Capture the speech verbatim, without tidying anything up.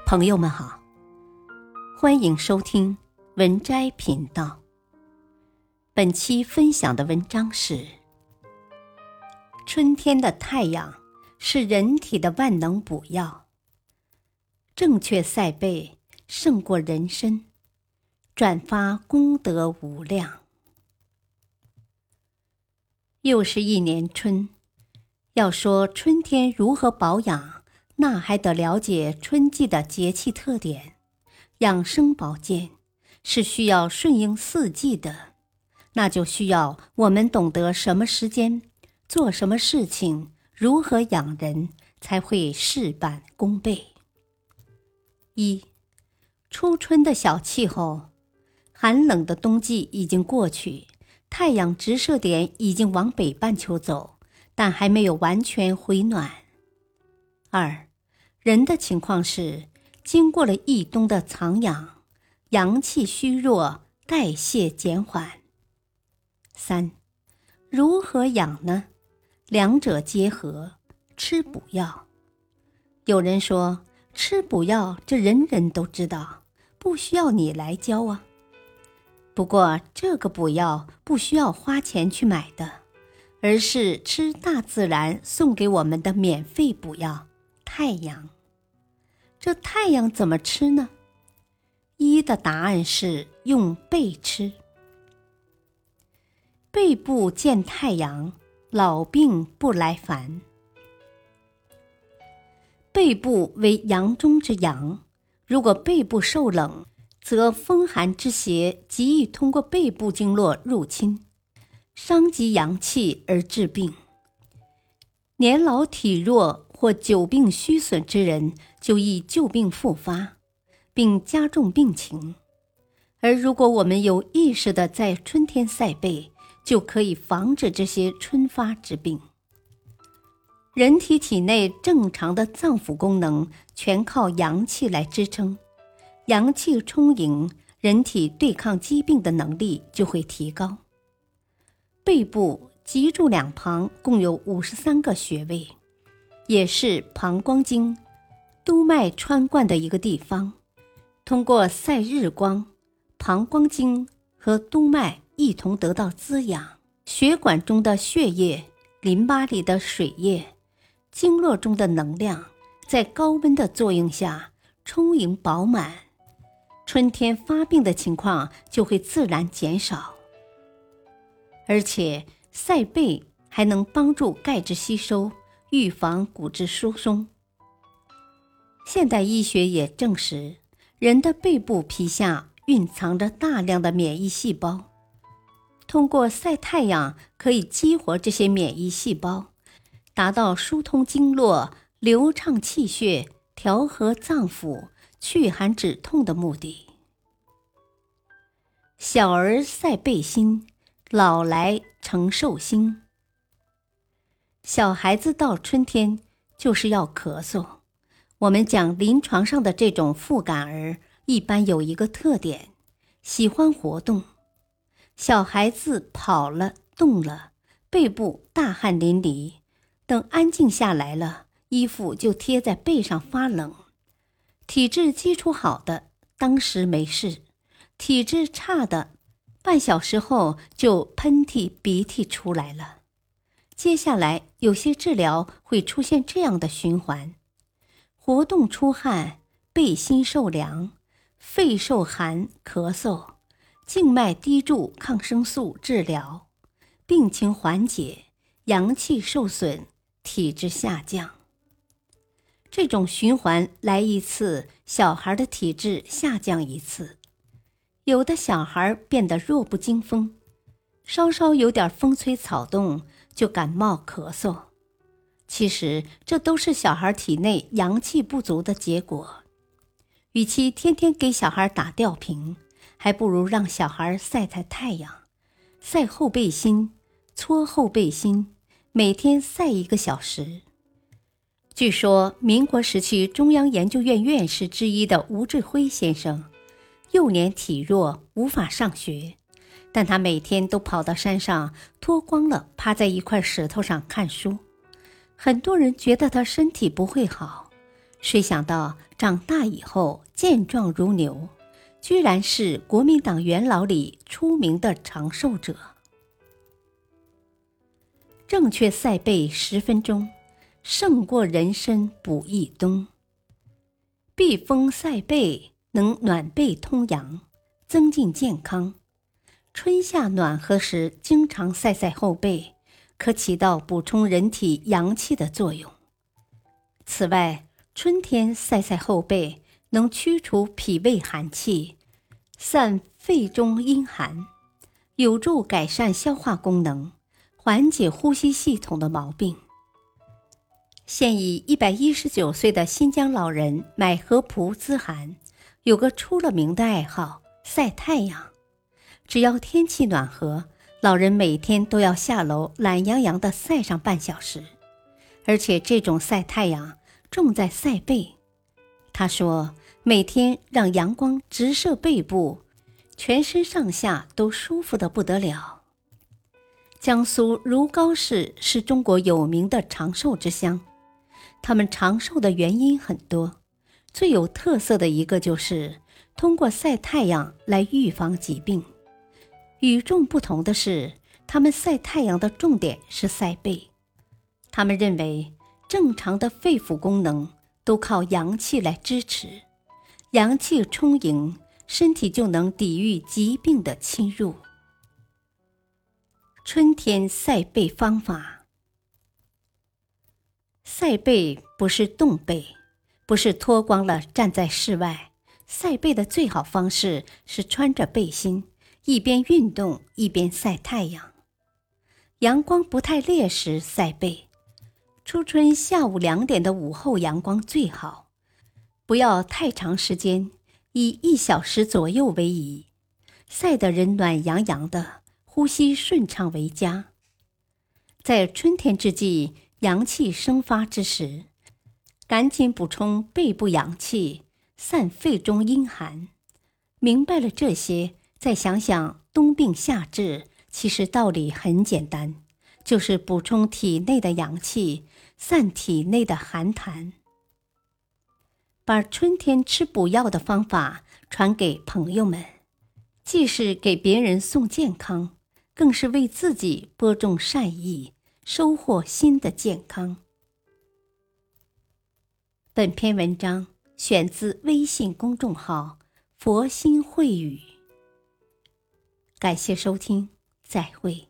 朋友们好，欢迎收听文摘频道。本期分享的文章是：春天的太阳是人体的万能补药，正确晒背胜过人参，转发功德无量。又是一年春，要说春天如何保养，那还得了解春季的节气特点。养生保健是需要顺应四季的，那就需要我们懂得什么时间做什么事情，如何养人，才会事半功倍。一、初春的小气候，寒冷的冬季已经过去，太阳直射点已经往北半球走，但还没有完全回暖。二、人的情况是，经过了一冬的藏养，阳气虚弱，代谢减缓。三、如何养呢？两者结合，吃补药。有人说，吃补药这人人都知道，不需要你来教啊。不过这个补药不需要花钱去买的，而是吃大自然送给我们的免费补药——太阳。这太阳怎么吃呢？一的答案是用背吃。背部见太阳，老病不来烦。背部为阳中之阳，如果背部受冷，则风寒之邪极易通过背部经络入侵，伤及阳气而致病。年老体弱或久病虚损之人，就易旧病复发，并加重病情。而如果我们有意识地在春天晒背，就可以防止这些春发之病。人体体内正常的脏腑功能全靠阳气来支撑，阳气充盈，人体对抗疾病的能力就会提高。背部脊柱两旁共有五十三个穴位，也是膀胱经、督脉穿贯的一个地方。通过晒日光，膀胱经和督脉一同得到滋养，血管中的血液、淋巴里的水液、经络中的能量，在高温的作用下充盈饱满，春天发病的情况就会自然减少。而且晒背还能帮助钙质吸收，预防骨质疏松。现代医学也证实，人的背部皮下蕴藏着大量的免疫细胞，通过晒太阳可以激活这些免疫细胞，达到疏通经络、流畅气血、调和脏腑、祛寒止痛的目的。小儿晒背心，老来承寿星。小孩子到春天就是要咳嗽。我们讲临床上的这种妇感儿，一般有一个特点，喜欢活动。小孩子跑了动了，背部大汗淋漓，等安静下来了，衣服就贴在背上发冷。体质基础好的当时没事，体质差的半小时后就喷嚏鼻涕出来了。接下来有些治疗会出现这样的循环：活动出汗，背心受凉，肺受寒咳嗽，静脉滴注抗生素治疗，病情缓解，阳气受损，体质下降。这种循环来一次，小孩的体质下降一次。有的小孩变得弱不禁风，稍稍有点风吹草动就感冒咳嗽。其实这都是小孩体内阳气不足的结果。与其天天给小孩打吊瓶，还不如让小孩晒晒太阳，晒后背心，搓后背心，每天晒一个小时。据说民国时期中央研究院院士之一的吴志辉先生，幼年体弱，无法上学，但他每天都跑到山上，脱光了趴在一块石头上看书。很多人觉得他身体不会好， 谁想到长大以后健壮如牛，居然是国民党元老里出名的长寿者。正确赛背十分钟，胜过人参补一冬。避风赛背能暖背通阳，增进健康。春夏暖和时经常晒晒后背，可起到补充人体阳气的作用。此外，春天晒晒后背能驱除脾胃寒气，散肺中阴寒，有助改善消化功能，缓解呼吸系统的毛病。现已一百一十九岁的新疆老人买合蒲资涵，有个出了名的爱好，晒太阳。只要天气暖和，老人每天都要下楼懒洋洋地晒上半小时，而且这种晒太阳重在晒背。他说，每天让阳光直射背部，全身上下都舒服得不得了。江苏如皋市是中国有名的长寿之乡，他们长寿的原因很多，最有特色的一个就是通过晒太阳来预防疾病。与众不同的是，他们晒太阳的重点是晒背。他们认为，正常的肺腑功能都靠阳气来支持，阳气充盈，身体就能抵御疾病的侵入。春天晒背方法。晒背不是冻背，不是脱光了站在室外，晒背的最好方式是穿着背心，一边运动一边晒太阳。阳光不太烈时晒背，初春下午两点的午后阳光最好，不要太长时间，以一小时左右为宜，晒得人暖洋洋的，呼吸顺畅为佳。在春天之际，阳气生发之时，赶紧补充背部阳气，散肺中阴寒。明白了这些，再想想冬病夏治，其实道理很简单，就是补充体内的阳气，散体内的寒痰。把春天吃补药的方法传给朋友们，既是给别人送健康，更是为自己播种善意，收获新的健康。本篇文章选自微信公众号佛心慧语。感谢收听，再会。